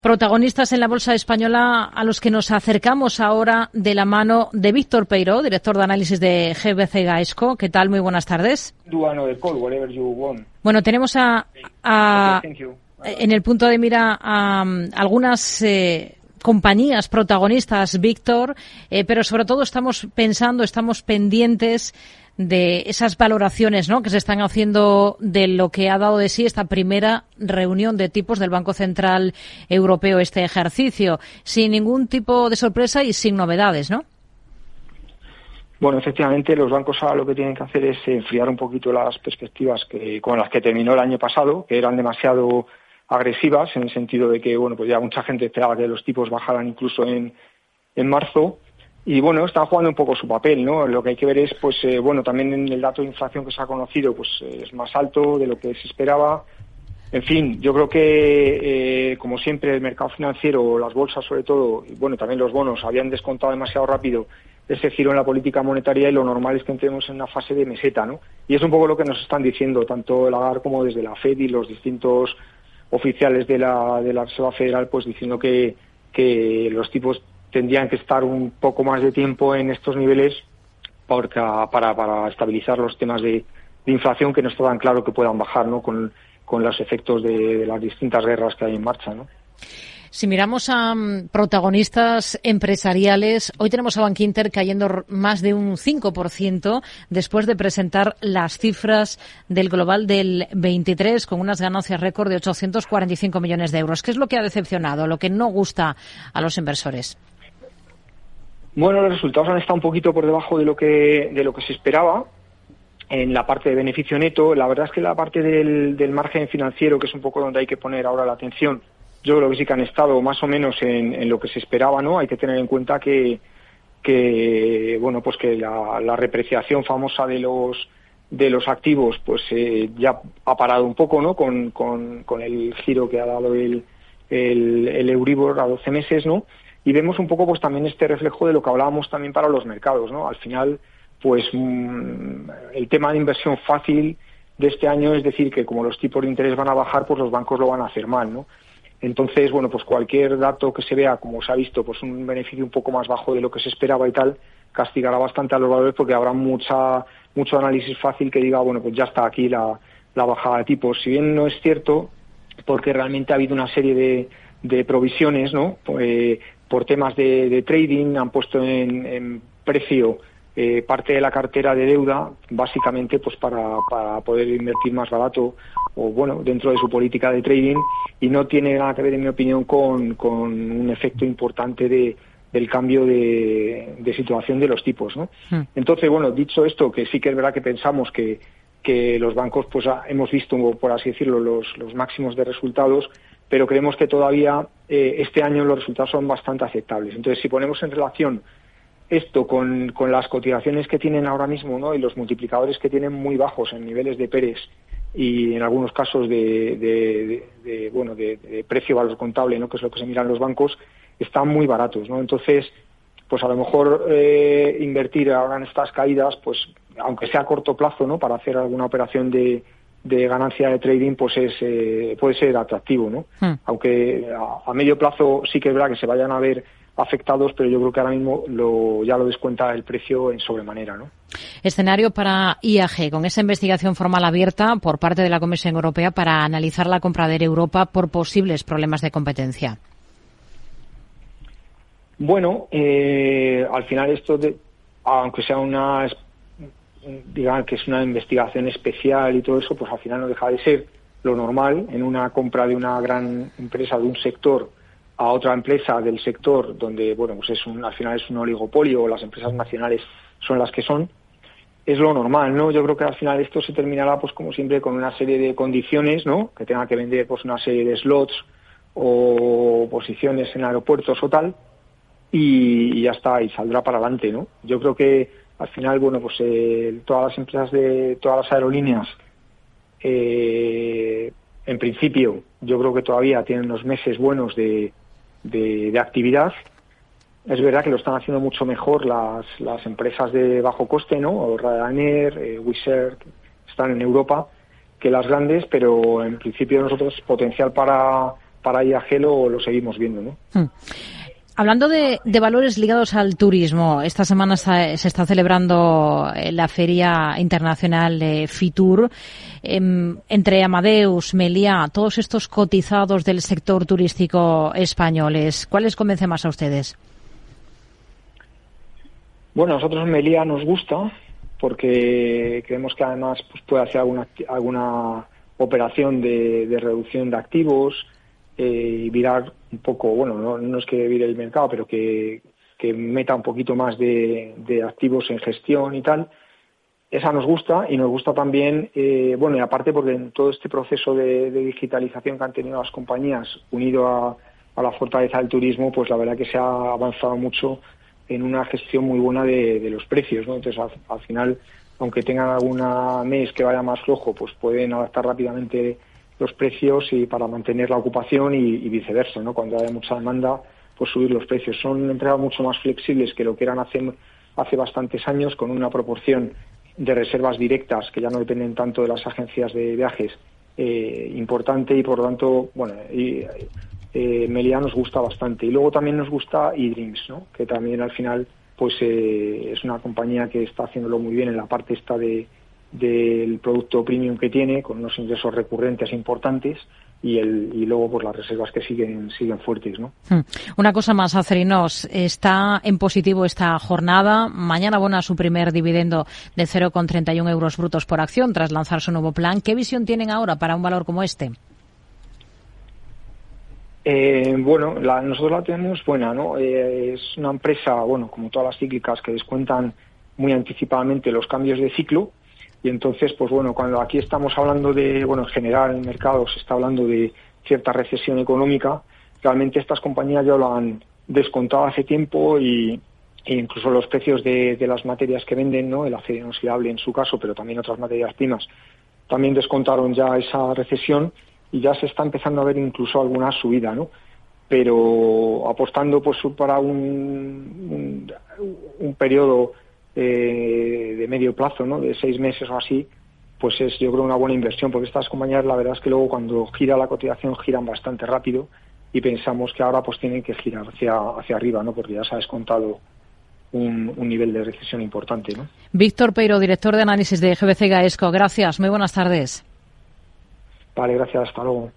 Protagonistas en la bolsa española a los que nos acercamos ahora de la mano de Víctor Peiró, director de análisis de GVC Gaesco. ¿Qué tal? Muy buenas tardes. Bueno, tenemos en el punto de mira a algunas compañías protagonistas, Víctor, pero sobre todo estamos pendientes de esas valoraciones, ¿no?, que se están haciendo de lo que ha dado de sí esta primera reunión de tipos del Banco Central Europeo este ejercicio, sin ningún tipo de sorpresa y sin novedades, ¿no? Bueno, efectivamente, los bancos ahora lo que tienen que hacer es enfriar un poquito las perspectivas con las que terminó el año pasado, que eran demasiado agresivas, en el sentido de que, bueno, pues ya mucha gente esperaba que los tipos bajaran incluso en marzo. Y bueno, están jugando un poco su papel, ¿no? Lo que hay que ver es, pues, bueno, también en el dato de inflación que se ha conocido, pues es más alto de lo que se esperaba. En fin, yo creo que, como siempre, el mercado financiero, las bolsas sobre todo, y bueno, también los bonos, habían descontado demasiado rápido ese giro en la política monetaria y lo normal es que entremos en una fase de meseta, ¿no? Y es un poco lo que nos están diciendo, tanto Lagarde como desde la FED y los distintos oficiales de la Reserva Federal, pues diciendo que los tipos tendrían que estar un poco más de tiempo en estos niveles para estabilizar los temas de inflación, que no está tan claro que puedan bajar, ¿no?, con los efectos de las distintas guerras que hay en marcha, ¿no? Si miramos a protagonistas empresariales, hoy tenemos a Bankinter cayendo más de un 5% después de presentar las cifras del global del 23 con unas ganancias récord de 845 millones de euros. ¿Qué es lo que ha decepcionado, lo que no gusta a los inversores? Bueno, los resultados han estado un poquito por debajo de lo que se esperaba en la parte de beneficio neto. La verdad es que la parte del margen financiero, que es un poco donde hay que poner ahora la atención, yo creo que sí que han estado más o menos en lo que se esperaba, ¿no? Hay que tener en cuenta que bueno, pues que la repreciación famosa de los activos, pues ya ha parado un poco, ¿no?, con el giro que ha dado el Euribor a 12 meses, ¿no? Y vemos un poco, pues también este reflejo de lo que hablábamos también para los mercados, ¿no? Al final, pues el tema de inversión fácil de este año es decir que como los tipos de interés van a bajar, pues los bancos lo van a hacer mal, ¿no? Entonces, bueno, pues cualquier dato que se vea, como se ha visto, pues un beneficio un poco más bajo de lo que se esperaba y tal, castigará bastante a los valores porque habrá mucho análisis fácil que diga, bueno, pues ya está aquí la bajada de tipos. Si bien no es cierto, porque realmente ha habido una serie de provisiones, ¿no?, por temas de trading, han puesto en precio parte de la cartera de deuda, básicamente pues para poder invertir más barato o bueno, dentro de su política de trading, y no tiene nada que ver, en mi opinión, con un efecto importante del cambio de situación de los tipos, ¿no? Entonces, bueno, dicho esto, que sí que es verdad que pensamos que los bancos, pues hemos visto, por así decirlo, los máximos de resultados, pero creemos que todavía este año los resultados son bastante aceptables. Entonces, si ponemos en relación esto con las cotizaciones que tienen ahora mismo, ¿no?, y los multiplicadores que tienen muy bajos en niveles de PERES y en algunos casos de precio valor contable, ¿no?, que es lo que se miran los bancos, están muy baratos, ¿no? Entonces, pues a lo mejor invertir ahora en estas caídas, pues aunque sea a corto plazo, ¿no?, para hacer alguna operación de ganancia de trading, pues puede ser atractivo, ¿no? Aunque a medio plazo sí que es verdad que se vayan a ver afectados, pero yo creo que ahora mismo ya lo descuenta el precio en sobremanera, ¿no? Escenario para IAG, con esa investigación formal abierta por parte de la Comisión Europea para analizar la compra de Air Europa por posibles problemas de competencia. Bueno, al final esto, aunque sea digan que es una investigación especial y todo eso, pues al final no deja de ser lo normal en una compra de una gran empresa de un sector a otra empresa del sector donde, bueno, pues al final es un oligopolio, o las empresas nacionales son las que son. Es lo normal, ¿no? Yo creo que al final esto se terminará, pues como siempre, con una serie de condiciones, ¿no?, que tenga que vender, pues una serie de slots o posiciones en aeropuertos o tal, y ya está, y saldrá para adelante, ¿no? Yo creo que al final, bueno, pues todas las empresas de todas las aerolíneas, en principio, yo creo que todavía tienen unos meses buenos de actividad. Es verdad que lo están haciendo mucho mejor las empresas de bajo coste, ¿no?, o Ryanair, Wizz Air, están en Europa, que las grandes, pero en principio nosotros potencial para para IAG lo seguimos viendo, ¿no? Hablando de valores ligados al turismo, esta semana se está celebrando la Feria Internacional de Fitur. Entre Amadeus, Meliá, todos estos cotizados del sector turístico españoles, ¿cuál les convence más a ustedes? Bueno, a nosotros Meliá nos gusta porque creemos que además pues puede hacer alguna operación de reducción de activos y virar un poco, bueno, no es que vire el mercado, pero que meta un poquito más de activos en gestión y tal. Esa nos gusta, y nos gusta también, bueno, y aparte porque en todo este proceso de digitalización que han tenido las compañías, unido a la fortaleza del turismo, pues la verdad que se ha avanzado mucho en una gestión muy buena de los precios, ¿no? Entonces, al final, aunque tengan alguna mes que vaya más flojo, pues pueden adaptar rápidamente los precios y para mantener la ocupación y viceversa, ¿no? Cuando haya mucha demanda, pues subir los precios. Son entregas mucho más flexibles que lo que eran hace bastantes años, con una proporción de reservas directas que ya no dependen tanto de las agencias de viajes importante, y por lo tanto, bueno, Meliá nos gusta bastante. Y luego también nos gusta eDreams, ¿no? Que también al final pues es una compañía que está haciéndolo muy bien en la parte esta del producto premium que tiene, con unos ingresos recurrentes importantes, y luego pues las reservas que siguen fuertes, ¿no? Una cosa más, Acerinox, está en positivo esta jornada. Mañana abona su primer dividendo de 0,31 euros brutos por acción tras lanzar su nuevo plan. ¿Qué visión tienen ahora para un valor como este? Bueno, nosotros la tenemos buena, ¿no? Es una empresa, bueno, como todas las cíclicas, que descuentan muy anticipadamente los cambios de ciclo, y entonces, pues bueno, cuando aquí estamos hablando de, bueno, en general en el mercado se está hablando de cierta recesión económica, realmente estas compañías ya lo han descontado hace tiempo, e incluso los precios de las materias que venden, ¿no? El acero inoxidable en su caso, pero también otras materias primas, también descontaron ya esa recesión, y ya se está empezando a ver incluso alguna subida, ¿no? Pero apostando pues para un periodo de medio plazo, ¿no? De 6 meses o así, pues es, yo creo, una buena inversión, porque estas compañías, la verdad es que luego cuando gira la cotización giran bastante rápido, y pensamos que ahora pues tienen que girar hacia arriba, ¿no? Porque ya se ha descontado un nivel de recesión importante, ¿no? Víctor Peiro, director de análisis de GBC Gaesco. Gracias, muy buenas tardes. Vale, gracias, hasta luego.